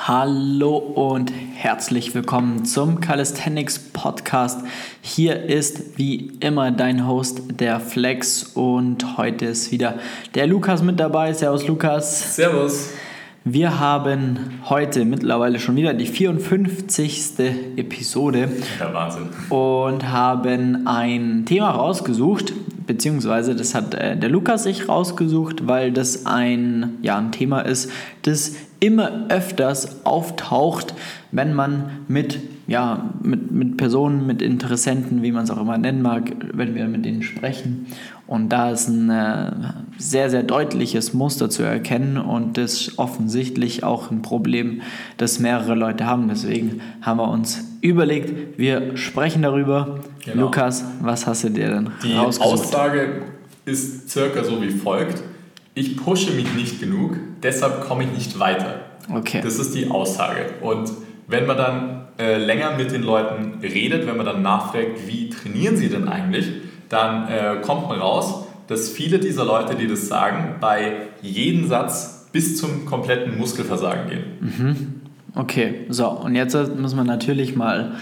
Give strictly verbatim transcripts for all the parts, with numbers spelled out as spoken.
Hallo und herzlich willkommen zum Calisthenics Podcast. Hier ist wie immer dein Host, der Flex, und heute ist wieder der Lukas mit dabei. Servus Lukas. Servus. Wir haben heute mittlerweile schon wieder die vierundfünfzigste Episode. Ja, Wahnsinn. Und haben ein Thema rausgesucht, beziehungsweise das hat äh, der Lukas sich rausgesucht, weil das ein, ja, ein Thema ist, das immer öfters auftaucht, wenn man mit, ja, mit, mit Personen, mit Interessenten, wie man es auch immer nennen mag, wenn wir mit denen sprechen. Und da ist ein äh, sehr, sehr deutliches Muster zu erkennen und das ist offensichtlich auch ein Problem, das mehrere Leute haben. Deswegen haben wir uns überlegt, wir sprechen darüber. Genau. Lukas, was hast du dir denn Die rausgesucht? Die Aussage ist circa so wie folgt: Ich pushe mich nicht genug, deshalb komme ich nicht weiter. Okay. Das ist die Aussage. Und wenn man dann äh, länger mit den Leuten redet, wenn man dann nachfragt, wie trainieren sie denn eigentlich, dann äh, kommt man raus, dass viele dieser Leute, die das sagen, bei jedem Satz bis zum kompletten Muskelversagen gehen. Mhm. Okay, so, und jetzt muss man natürlich mal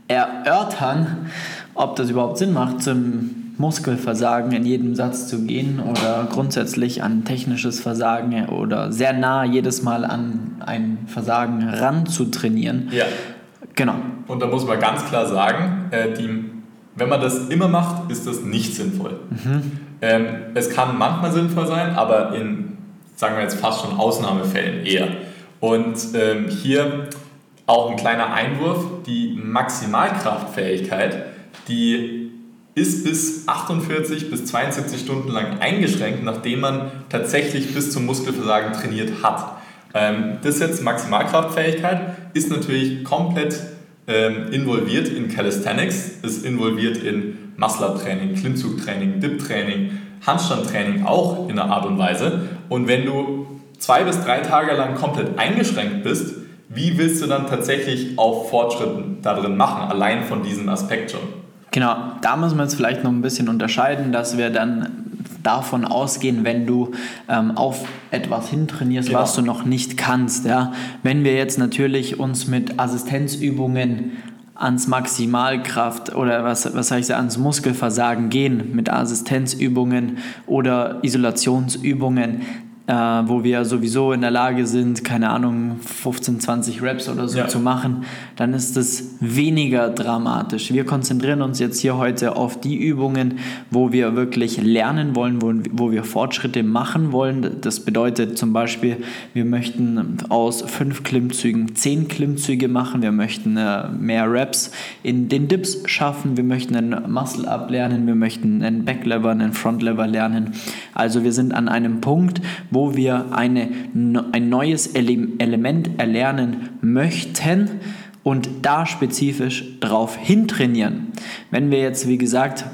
erörtern, ob das überhaupt Sinn macht, zum Muskelversagen in jedem Satz zu gehen oder grundsätzlich an technisches Versagen oder sehr nah jedes Mal an ein Versagen ran zu trainieren. Ja. Genau. Und da muss man ganz klar sagen, äh, die, wenn man das immer macht, ist das nicht sinnvoll. Mhm. Ähm, es kann manchmal sinnvoll sein, aber in, sagen wir jetzt fast schon Ausnahmefällen eher. Und ähm, hier auch ein kleiner Einwurf: Die Maximalkraftfähigkeit, die ist bis achtundvierzig bis zweiundsiebzig Stunden lang eingeschränkt, nachdem man tatsächlich bis zum Muskelversagen trainiert hat. Ähm, das jetzt Maximalkraftfähigkeit ist natürlich komplett ähm, involviert in Calisthenics, ist involviert in Muscle-Up-Training, Klimmzugtraining, Dip-Training, Handstandtraining auch in einer Art und Weise. Und wenn du zwei bis drei Tage lang komplett eingeschränkt bist, wie willst du dann tatsächlich auch Fortschritte darin machen, allein von diesem Aspekt schon? Genau, da müssen wir jetzt vielleicht noch ein bisschen unterscheiden, dass wir dann davon ausgehen, wenn du ähm, auf etwas hintrainierst, genau, was du noch nicht kannst. Ja? Wenn wir jetzt natürlich uns mit Assistenzübungen ans Maximalkraft oder was, was sag ich, ans Muskelversagen gehen, mit Assistenzübungen oder Isolationsübungen, Äh, wo wir sowieso in der Lage sind, keine Ahnung, fünfzehn, zwanzig Reps oder so, ja, zu machen, dann ist es weniger dramatisch. Wir konzentrieren uns jetzt hier heute auf die Übungen, wo wir wirklich lernen wollen, wo, wo wir Fortschritte machen wollen. Das bedeutet zum Beispiel, wir möchten aus fünf Klimmzügen zehn Klimmzüge machen, wir möchten äh, mehr Reps in den Dips schaffen, wir möchten einen Muscle-Up lernen, wir möchten einen Back-Lever, einen Front-Lever lernen. Also wir sind an einem Punkt, wo wir eine, ein neues Element erlernen möchten und da spezifisch drauf hintrainieren. Wenn wir jetzt, wie gesagt,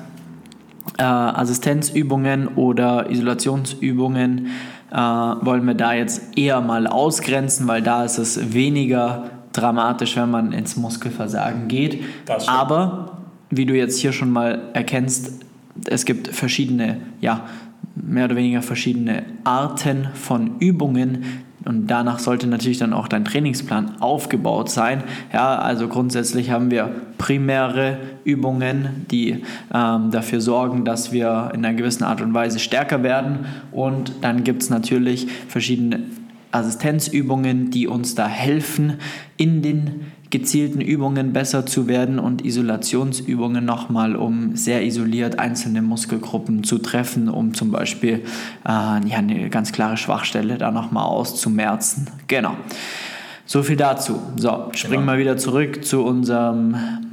äh, Assistenzübungen oder Isolationsübungen, äh, wollen wir da jetzt eher mal ausgrenzen, weil da ist es weniger dramatisch, wenn man ins Muskelversagen geht. Aber wie du jetzt hier schon mal erkennst, es gibt verschiedene, ja, mehr oder weniger verschiedene Arten von Übungen und danach sollte natürlich dann auch dein Trainingsplan aufgebaut sein. Ja, also grundsätzlich haben wir primäre Übungen, die ähm, dafür sorgen, dass wir in einer gewissen Art und Weise stärker werden, und dann gibt es natürlich verschiedene Assistenzübungen, die uns da helfen, in den gezielten Übungen besser zu werden, und Isolationsübungen nochmal, um sehr isoliert einzelne Muskelgruppen zu treffen, um zum Beispiel äh, ja, eine ganz klare Schwachstelle da nochmal auszumerzen. Genau. So viel dazu. So, springen wir genau. wieder zurück zu unserem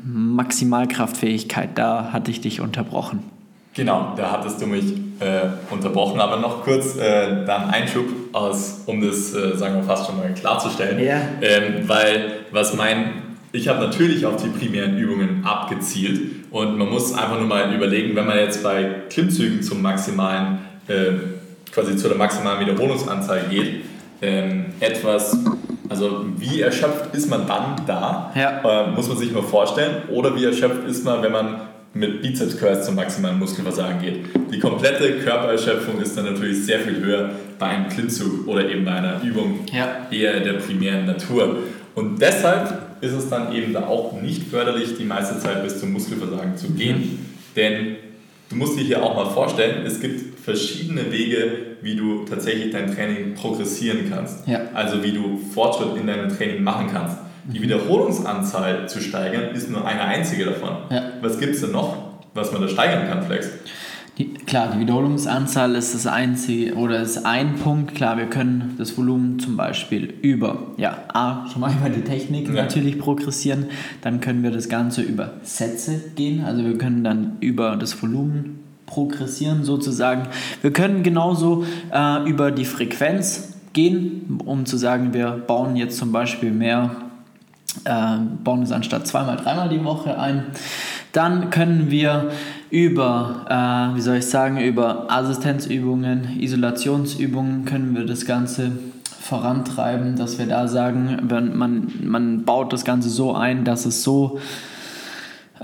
Maximalkraftfähigkeit. Da hatte ich dich unterbrochen. Genau, da hattest du mich äh, unterbrochen, aber noch kurz äh, dann Einschub, aus, um das, äh, sagen wir fast schon mal klarzustellen. Yeah. Ähm, weil, was mein, ich habe natürlich auf die primären Übungen abgezielt, und man muss einfach nur mal überlegen, wenn man jetzt bei Klimmzügen zum maximalen, äh, quasi zu der maximalen Wiederholungsanzahl geht, ähm, etwas, also wie erschöpft ist man dann da, ja. äh, muss man sich mal vorstellen, oder wie erschöpft ist man, wenn man mit Bizeps Curls zum maximalen Muskelversagen geht. Die komplette Körpererschöpfung ist dann natürlich sehr viel höher bei einem Klimmzug oder eben bei einer Übung ja. eher der primären Natur. Und deshalb ist es dann eben da auch nicht förderlich, die meiste Zeit bis zum Muskelversagen zu gehen. Mhm. Denn du musst dir hier auch mal vorstellen, es gibt verschiedene Wege, wie du tatsächlich dein Training progressieren kannst. Ja. Also wie du Fortschritt in deinem Training machen kannst. Die Wiederholungsanzahl zu steigern, ist nur eine einzige davon. Ja. Was gibt es denn noch, was man da steigern kann, Flex? Die, klar, die Wiederholungsanzahl ist das einzige oder ist ein Punkt. Klar, wir können das Volumen zum Beispiel über, ja, A, schon mal über die Technik ja. natürlich progressieren. Dann können wir das Ganze über Sätze gehen. Also wir können dann über das Volumen progressieren sozusagen. Wir können genauso äh, über die Frequenz gehen, um zu sagen, wir bauen jetzt zum Beispiel mehr Äh, bauen es anstatt zweimal, dreimal die Woche ein. Dann können wir über, äh, wie soll ich sagen, über Assistenzübungen, Isolationsübungen können wir das Ganze vorantreiben, dass wir da sagen, wenn man, man baut das Ganze so ein, dass es so äh,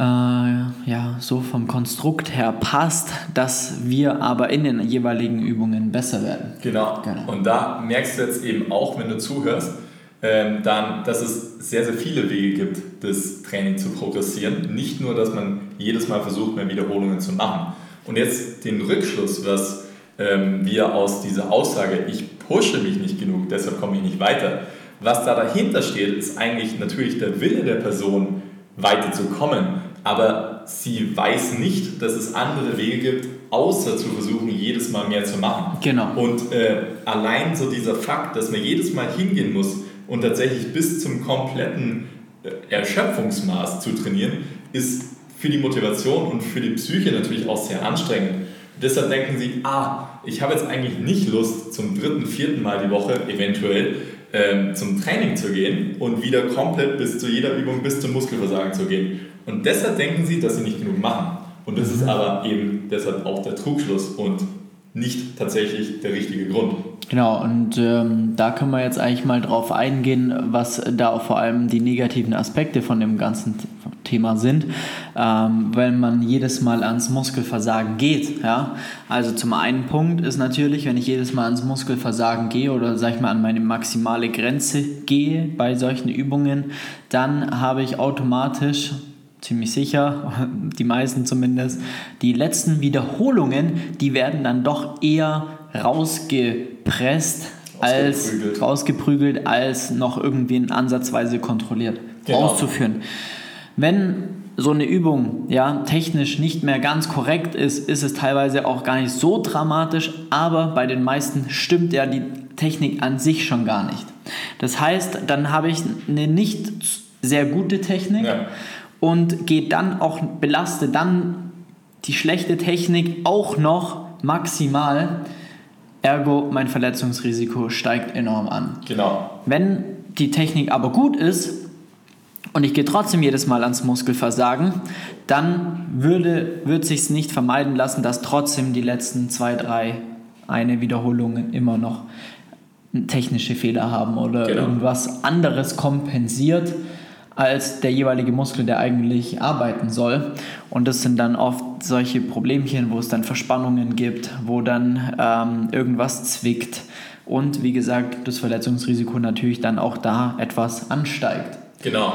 ja, so vom Konstrukt her passt, dass wir aber in den jeweiligen Übungen besser werden. Genau. genau. Und da merkst du jetzt eben auch, wenn du zuhörst, Ähm, dann, dass es sehr, sehr viele Wege gibt, das Training zu progressieren. Nicht nur, dass man jedes Mal versucht, mehr Wiederholungen zu machen. Und jetzt den Rückschluss, was ähm, wir aus dieser Aussage, ich pushe mich nicht genug, deshalb komme ich nicht weiter, was da dahinter steht, ist eigentlich natürlich der Wille der Person, weiterzukommen. Aber sie weiß nicht, dass es andere Wege gibt, außer zu versuchen, jedes Mal mehr zu machen. Genau. Und äh, allein so dieser Fakt, dass man jedes Mal hingehen muss, und tatsächlich bis zum kompletten Erschöpfungsmaß zu trainieren, ist für die Motivation und für die Psyche natürlich auch sehr anstrengend. Und deshalb denken sie, ah, ich habe jetzt eigentlich nicht Lust, zum dritten, vierten Mal die Woche eventuell ähm, zum Training zu gehen und wieder komplett bis zu jeder Übung bis zum Muskelversagen zu gehen. Und deshalb denken sie, dass sie nicht genug machen. Und das ist aber eben deshalb auch der Trugschluss und nicht tatsächlich der richtige Grund. Genau, und ähm, da können wir jetzt eigentlich mal drauf eingehen, was da auch vor allem die negativen Aspekte von dem ganzen Thema sind, ähm, wenn man jedes Mal ans Muskelversagen geht. Ja? Also zum einen Punkt ist natürlich, wenn ich jedes Mal ans Muskelversagen gehe oder sag ich mal an meine maximale Grenze gehe bei solchen Übungen, dann habe ich automatisch, ziemlich sicher, die meisten zumindest, die letzten Wiederholungen, die werden dann doch eher rausgepresst, als rausgeprügelt, als noch irgendwie in ansatzweise kontrolliert genau. auszuführen. Wenn so eine Übung ja, technisch nicht mehr ganz korrekt ist, ist es teilweise auch gar nicht so dramatisch, aber bei den meisten stimmt ja die Technik an sich schon gar nicht. Das heißt, dann habe ich eine nicht sehr gute Technik ja. und geht dann auch, belaste dann die schlechte Technik auch noch maximal, ergo mein Verletzungsrisiko steigt enorm an. Genau. Wenn die Technik aber gut ist und ich gehe trotzdem jedes Mal ans Muskelversagen, dann würde, wird es sich nicht vermeiden lassen, dass trotzdem die letzten zwei, drei eine Wiederholungen immer noch technische Fehler haben oder genau. irgendwas anderes kompensiert als der jeweilige Muskel, der eigentlich arbeiten soll. Und das sind dann oft solche Problemchen, wo es dann Verspannungen gibt, wo dann ähm, irgendwas zwickt und wie gesagt, das Verletzungsrisiko natürlich dann auch da etwas ansteigt. Genau.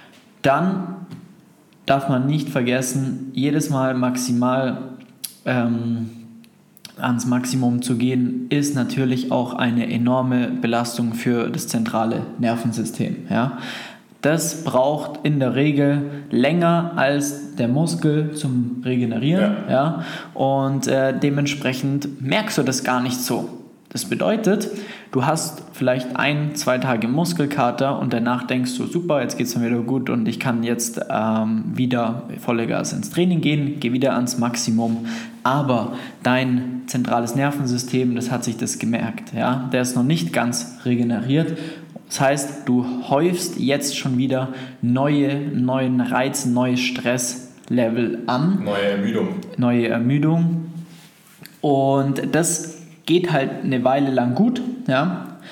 Dann darf man nicht vergessen, jedes Mal maximal ähm, ans Maximum zu gehen, ist natürlich auch eine enorme Belastung für das zentrale Nervensystem. Ja? Das braucht in der Regel länger als der Muskel zum Regenerieren. Ja. Ja? Und äh, dementsprechend merkst du das gar nicht so. Das bedeutet, du hast vielleicht ein, zwei Tage Muskelkater und danach denkst du, super, jetzt geht es mir wieder gut und ich kann jetzt ähm, wieder volle Gas ins Training gehen, gehe wieder ans Maximum. Aber dein zentrales Nervensystem, das hat sich das gemerkt. Ja? Der ist noch nicht ganz regeneriert. Das heißt, du häufst jetzt schon wieder neue, neuen Reiz, neue Stresslevel an. Neue Ermüdung. Neue Ermüdung. Und das geht halt eine Weile lang gut, ja.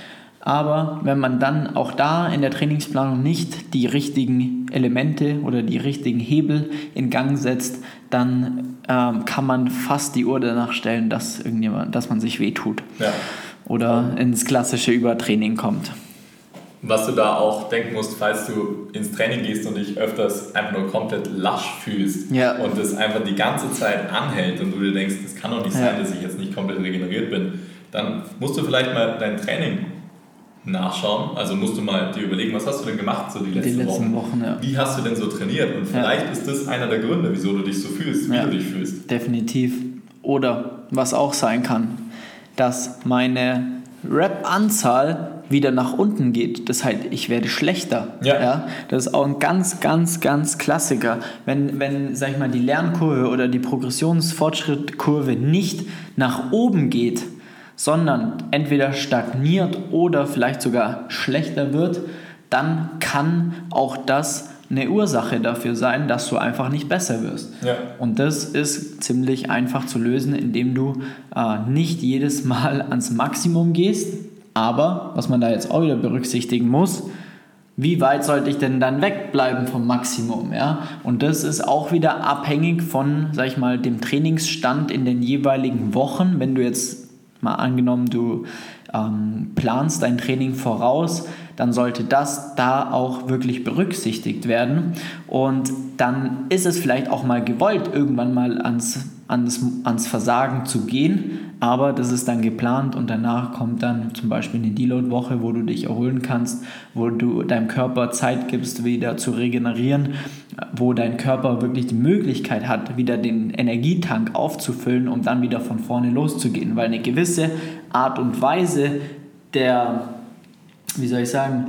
Aber wenn man dann auch da in der Trainingsplanung nicht die richtigen Elemente oder die richtigen Hebel in Gang setzt, dann ähm, kann man fast die Uhr danach stellen, dass, irgendjemand, dass man sich wehtut. Ja. Oder ins klassische Übertraining kommt. Was du da auch denken musst, falls du ins Training gehst und dich öfters einfach nur komplett lasch fühlst ja. und es einfach die ganze Zeit anhält und du dir denkst, das kann doch nicht sein, ja. dass ich jetzt nicht komplett regeneriert bin, dann musst du vielleicht mal dein Training nachschauen. Also musst du mal dir überlegen, was hast du denn gemacht so die letzten, die letzten Wochen? Wochen ja. Wie hast du denn so trainiert? Und vielleicht ja. ist das einer der Gründe, wieso du dich so fühlst, wie ja. du dich fühlst. Definitiv. Oder was auch sein kann, dass meine Rep-Anzahl wieder nach unten geht. Das heißt, ich werde schlechter. Ja. Ja? Das ist auch ein ganz, ganz, ganz Klassiker. Wenn, wenn, sag ich mal, die Lernkurve oder die Progressionsfortschrittkurve nicht nach oben geht, sondern entweder stagniert oder vielleicht sogar schlechter wird, dann kann auch das eine Ursache dafür sein, dass du einfach nicht besser wirst. Ja. Und das ist ziemlich einfach zu lösen, indem du äh, nicht jedes Mal ans Maximum gehst. Aber, was man da jetzt auch wieder berücksichtigen muss, wie weit sollte ich denn dann wegbleiben vom Maximum? Ja? Und das ist auch wieder abhängig von, sag ich mal, dem Trainingsstand in den jeweiligen Wochen. Wenn du jetzt mal angenommen, du ähm, planst dein Training voraus, dann sollte das da auch wirklich berücksichtigt werden. Und dann ist es vielleicht auch mal gewollt, irgendwann mal ans, ans, ans Versagen zu gehen. Aber das ist dann geplant und danach kommt dann zum Beispiel eine Deload-Woche, wo du dich erholen kannst, wo du deinem Körper Zeit gibst, wieder zu regenerieren, wo dein Körper wirklich die Möglichkeit hat, wieder den Energietank aufzufüllen, um dann wieder von vorne loszugehen. Weil eine gewisse Art und Weise der, wie soll ich sagen,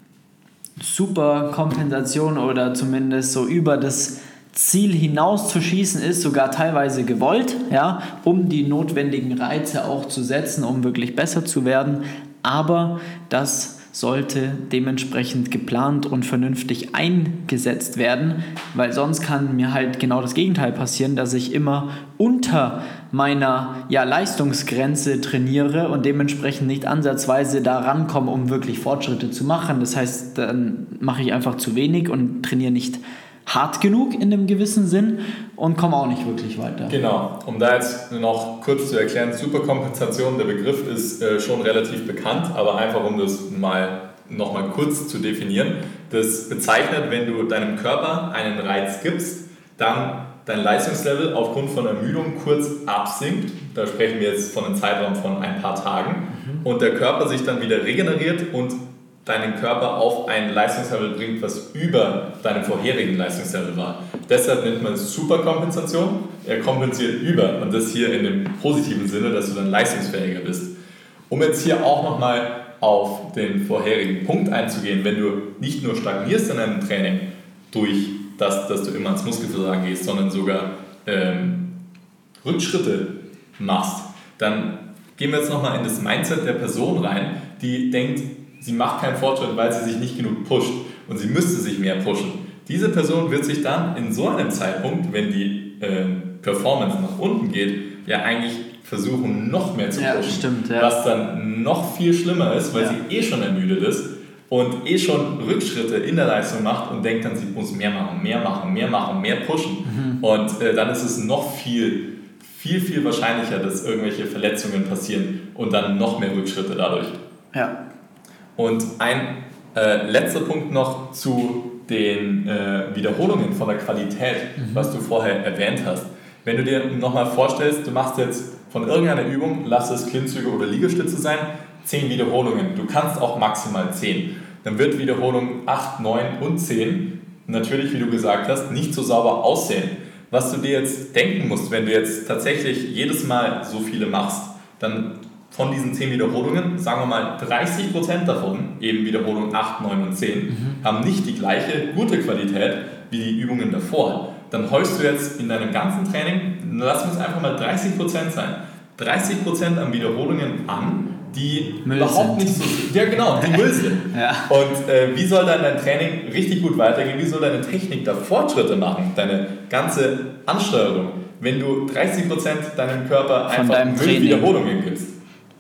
Superkompensation oder zumindest so über das Ziel hinaus zu schießen ist sogar teilweise gewollt, ja, um die notwendigen Reize auch zu setzen, um wirklich besser zu werden. Aber das sollte dementsprechend geplant und vernünftig eingesetzt werden, weil sonst kann mir halt genau das Gegenteil passieren, dass ich immer unter meiner ja, Leistungsgrenze trainiere und dementsprechend nicht ansatzweise da rankomme, um wirklich Fortschritte zu machen. Das heißt, dann mache ich einfach zu wenig und trainiere nicht hart genug in einem gewissen Sinn und komme auch nicht wirklich weiter. Genau, um da jetzt noch kurz zu erklären, Superkompensation, der Begriff ist äh, schon relativ bekannt, aber einfach um das mal nochmal kurz zu definieren, das bezeichnet, wenn du deinem Körper einen Reiz gibst, dann dein Leistungslevel aufgrund von Ermüdung kurz absinkt, da sprechen wir jetzt von einem Zeitraum von ein paar Tagen, mhm. und der Körper sich dann wieder regeneriert und deinen Körper auf ein Leistungslevel bringt, was über deinem vorherigen Leistungslevel war. Deshalb nennt man es Superkompensation. Er kompensiert über und das hier in dem positiven Sinne, dass du dann leistungsfähiger bist. Um jetzt hier auch nochmal auf den vorherigen Punkt einzugehen, wenn du nicht nur stagnierst in einem Training durch das, dass du immer ans Muskelversagen gehst, sondern sogar ähm, Rückschritte machst, dann gehen wir jetzt nochmal in das Mindset der Person rein, die denkt, sie macht keinen Fortschritt, weil sie sich nicht genug pusht und sie müsste sich mehr pushen. Diese Person wird sich dann in so einem Zeitpunkt, wenn die äh, Performance nach unten geht, ja eigentlich versuchen, noch mehr zu pushen. Ja, stimmt, ja. Was dann noch viel schlimmer ist, weil ja. sie eh schon ermüdet ist und eh schon Rückschritte in der Leistung macht und denkt dann, sie muss mehr machen, mehr machen, mehr machen, mehr pushen. Mhm. Und äh, dann ist es noch viel, viel, viel wahrscheinlicher, dass irgendwelche Verletzungen passieren und dann noch mehr Rückschritte dadurch. Ja. Und ein äh, letzter Punkt noch zu den äh, Wiederholungen von der Qualität, mhm. was du vorher erwähnt hast. Wenn du dir nochmal vorstellst, du machst jetzt von irgendeiner Übung, lass es Klimmzüge oder Liegestütze sein, zehn Wiederholungen. Du kannst auch maximal zehn. Dann wird Wiederholung acht, neun und zehn natürlich, wie du gesagt hast, nicht so sauber aussehen. Was du dir jetzt denken musst, wenn du jetzt tatsächlich jedes Mal so viele machst, dann von diesen zehn Wiederholungen, sagen wir mal dreißig Prozent davon, eben Wiederholung acht, neun und zehn, mhm. haben nicht die gleiche gute Qualität wie die Übungen davor. Dann heust du jetzt in deinem ganzen Training, lass uns einfach mal dreißig Prozent sein, dreißig Prozent an Wiederholungen an, die Müll überhaupt sind. nicht so, ja genau, die Müll sind. Ja. Und äh, wie soll dann dein Training richtig gut weitergehen, wie soll deine Technik da Fortschritte machen, deine ganze Ansteuerung, wenn du dreißig Prozent deinem Körper Von einfach Müll Wiederholungen gibst?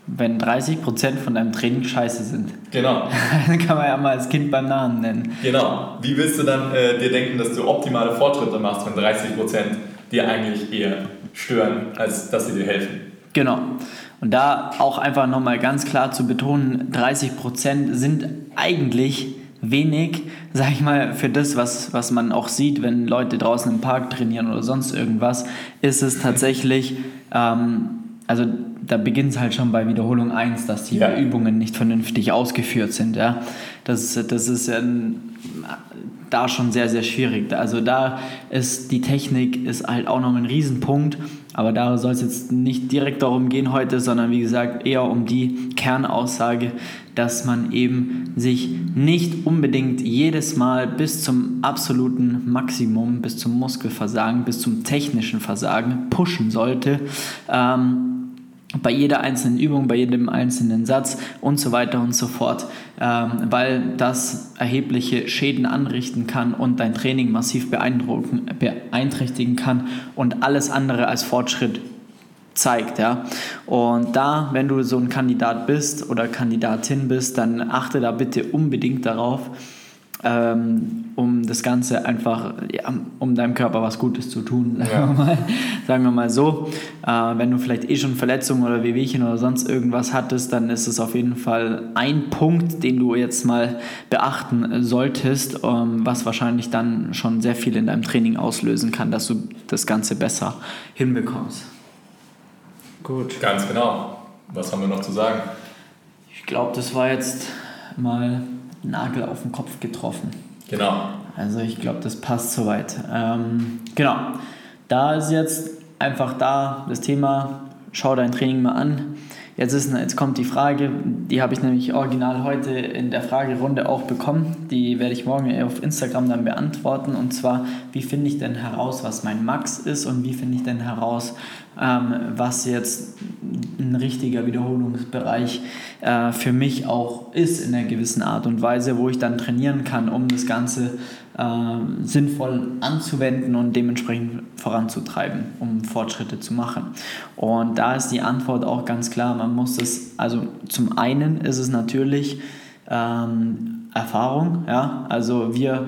wenn dreißig Prozent von deinem Training scheiße sind. Genau. Dann kann man ja mal das Kind beim Namen nennen. Genau. Wie willst du dann äh, dir denken, dass du optimale Fortschritte machst, wenn dreißig Prozent dir eigentlich eher stören, als dass sie dir helfen? Genau. Und da auch einfach nochmal ganz klar zu betonen, dreißig Prozent sind eigentlich wenig, sag ich mal, für das, was, was man auch sieht, wenn Leute draußen im Park trainieren oder sonst irgendwas, ist es tatsächlich, ähm, also da beginnt es halt schon bei Wiederholung eins, dass die ja. Übungen nicht vernünftig ausgeführt sind. Ja? Das, das ist ja da schon sehr, sehr schwierig. Also da ist die Technik ist halt auch noch ein Riesenpunkt, aber da soll es jetzt nicht direkt darum gehen heute, sondern wie gesagt eher um die Kernaussage, dass man eben sich nicht unbedingt jedes Mal bis zum absoluten Maximum, bis zum Muskelversagen, bis zum technischen Versagen pushen sollte, ähm, bei jeder einzelnen Übung, bei jedem einzelnen Satz und so weiter und so fort, ähm, weil das erhebliche Schäden anrichten kann und dein Training massiv beeinträchtigen kann und alles andere als Fortschritt zeigt. Ja? Und da, wenn du so ein Kandidat bist oder Kandidatin bist, dann achte da bitte unbedingt darauf, ähm, um das Ganze einfach, ja, um deinem Körper was Gutes zu tun, sagen, ja. wir, mal, sagen wir mal so. Äh, wenn du vielleicht eh schon Verletzungen oder Wehwehchen oder sonst irgendwas hattest, dann ist es auf jeden Fall ein Punkt, den du jetzt mal beachten solltest, ähm, was wahrscheinlich dann schon sehr viel in deinem Training auslösen kann, dass du das Ganze besser hinbekommst. Gut. Ganz genau. Was haben wir noch zu sagen? Ich glaube, das war jetzt mal Nagel auf den Kopf getroffen. Genau. Also ich glaube, das passt soweit. Ähm, genau. Da ist jetzt einfach da das Thema, schau dein Training mal an. Jetzt, ist, jetzt kommt die Frage, die habe ich nämlich original heute in der Fragerunde auch bekommen. Die werde ich morgen auf Instagram dann beantworten. Und zwar, wie finde ich denn heraus, was mein Max ist und wie finde ich denn heraus, ähm, was jetzt ein richtiger Wiederholungsbereich äh, für mich auch ist in einer gewissen Art und Weise, wo ich dann trainieren kann, um das Ganze äh, sinnvoll anzuwenden und dementsprechend voranzutreiben, um Fortschritte zu machen. Und da ist die Antwort auch ganz klar, man muss es, also zum einen ist es natürlich ähm, Erfahrung, ja, also wir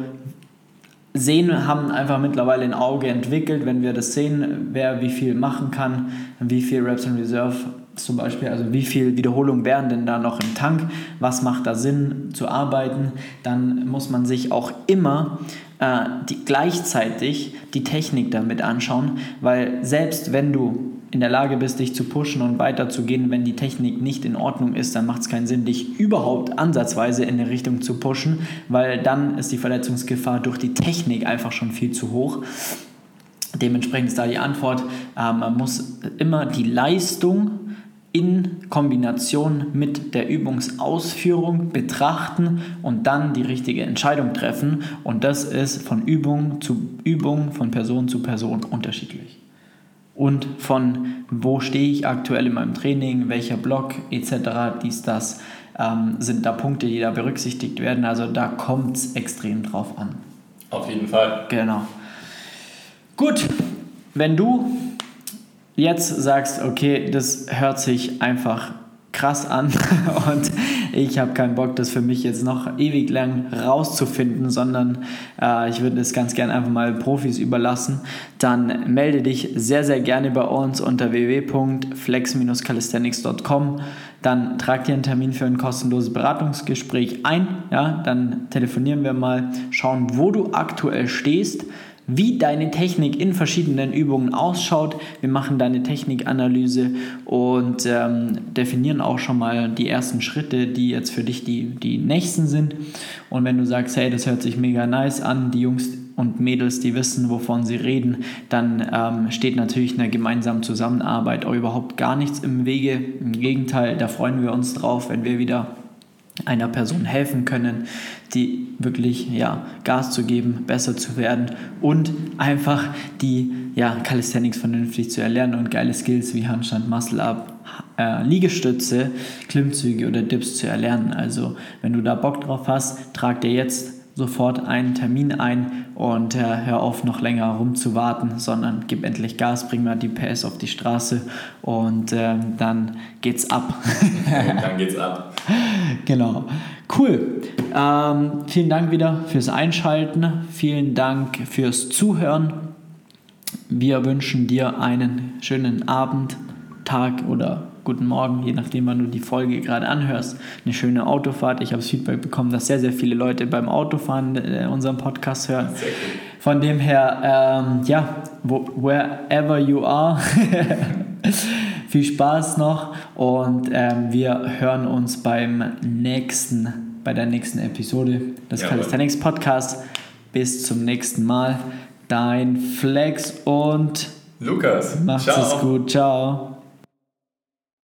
sehen, haben einfach mittlerweile ein Auge entwickelt, wenn wir das sehen, wer wie viel machen kann, wie viel Reps in Reserve zum Beispiel, also wie viel Wiederholung wären denn da noch im Tank, was macht da Sinn zu arbeiten, dann muss man sich auch immer äh, die, gleichzeitig die Technik damit anschauen, weil selbst wenn du in der Lage bist, dich zu pushen und weiterzugehen, wenn die Technik nicht in Ordnung ist, dann macht es keinen Sinn, dich überhaupt ansatzweise in eine Richtung zu pushen, weil dann ist die Verletzungsgefahr durch die Technik einfach schon viel zu hoch. Dementsprechend ist da die Antwort, äh, man muss immer die Leistung in Kombination mit der Übungsausführung betrachten und dann die richtige Entscheidung treffen. Und das ist von Übung zu Übung, von Person zu Person unterschiedlich. Und von wo stehe ich aktuell in meinem Training, welcher Block et cetera, dies, das, ähm, sind da Punkte, die da berücksichtigt werden. Also da kommt es extrem drauf an. Auf jeden Fall. Genau. Gut, wenn du jetzt sagst, okay, das hört sich einfach krass an und ich habe keinen Bock, das für mich jetzt noch ewig lang rauszufinden, sondern äh, ich würde das ganz gerne einfach mal Profis überlassen, dann melde dich sehr, sehr gerne bei uns unter w w w punkt flex dash calisthenics punkt com. Dann trag dir einen Termin für ein kostenloses Beratungsgespräch ein. Ja, dann telefonieren wir mal, schauen, wo du aktuell stehst, wie deine Technik in verschiedenen Übungen ausschaut. Wir machen deine Technikanalyse und ähm, definieren auch schon mal die ersten Schritte, die jetzt für dich die, die nächsten sind. Und wenn du sagst, hey, das hört sich mega nice an, die Jungs und Mädels, die wissen, wovon sie reden, dann ähm, steht natürlich eine gemeinsame Zusammenarbeit auch überhaupt gar nichts im Wege. Im Gegenteil, da freuen wir uns drauf, wenn wir wieder einer Person helfen können, die wirklich ja, Gas zu geben, besser zu werden und einfach die ja, Calisthenics vernünftig zu erlernen und geile Skills wie Handstand, Muscle-Up, äh, Liegestütze, Klimmzüge oder Dips zu erlernen. Also wenn du da Bock drauf hast, trag dir jetzt sofort einen Termin ein und äh, hör auf, noch länger rumzuwarten, sondern gib endlich Gas, bring mal die P S auf die Straße und ähm, dann geht's ab. Dann geht's ab. Genau. Cool. Ähm, vielen Dank wieder fürs Einschalten. Vielen Dank fürs Zuhören. Wir wünschen dir einen schönen Abend, Tag oder guten Morgen, je nachdem, wann du die Folge gerade anhörst. Eine schöne Autofahrt. Ich habe das Feedback bekommen, dass sehr, sehr viele Leute beim Autofahren äh, unseren Podcast hören. Sehr cool. Von dem her, ähm, ja, wo, wherever you are, viel Spaß noch und ähm, wir hören uns beim nächsten, bei der nächsten Episode des Calisthenics Podcast. Bis zum nächsten Mal. Dein Flex und Lukas. Macht's es gut. Ciao.